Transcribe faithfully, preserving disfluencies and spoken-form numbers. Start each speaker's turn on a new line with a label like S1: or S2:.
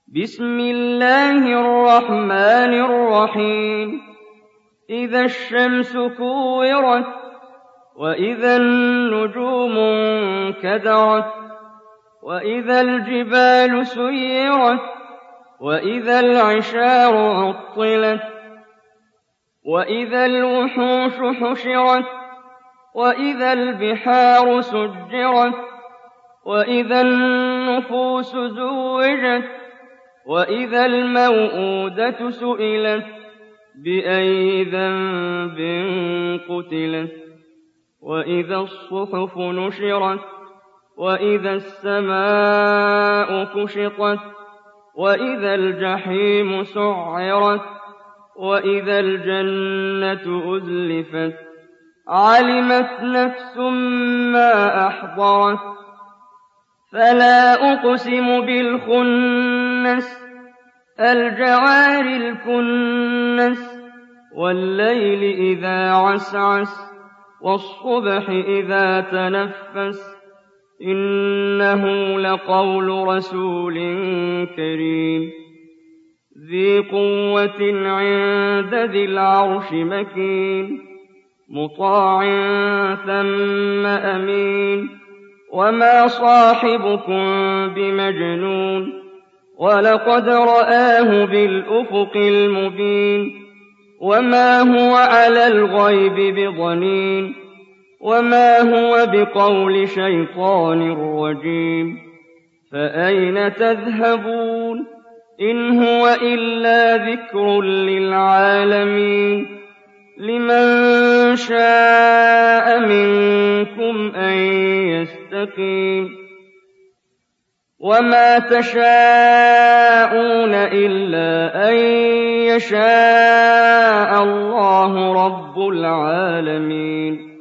S1: بسم الله الرحمن الرحيم إذا الشمس كورت وإذا النجوم انكدرت وإذا الجبال سيرت وإذا العشار عطلت وإذا الوحوش حشرت وإذا البحار سجرت وإذا النفوس زوجت وإذا الموءودة سئلت بأي ذنب قتلت وإذا الصحف نشرت وإذا السماء كشطت وإذا الجحيم سعرت وإذا الجنة أزلفت علمت نفس ما أحضرت فلا أقسم بالخنس الجوار الكنس والليل إذا عسعس والصبح إذا تنفس إنه لقول رسول كريم ذي قوة عند ذي العرش مكين مطاع ثم أمين وما صاحبكم بمجنون ولقد رآه بالأفق المبين وما هو على الغيب بضنين وما هو بقول شيطان رجيم فأين تذهبون إن هو إلا ذكر للعالمين لمن شاء منكم أن يستقيم وما تشاءون إلا أن يشاء الله رب العالمين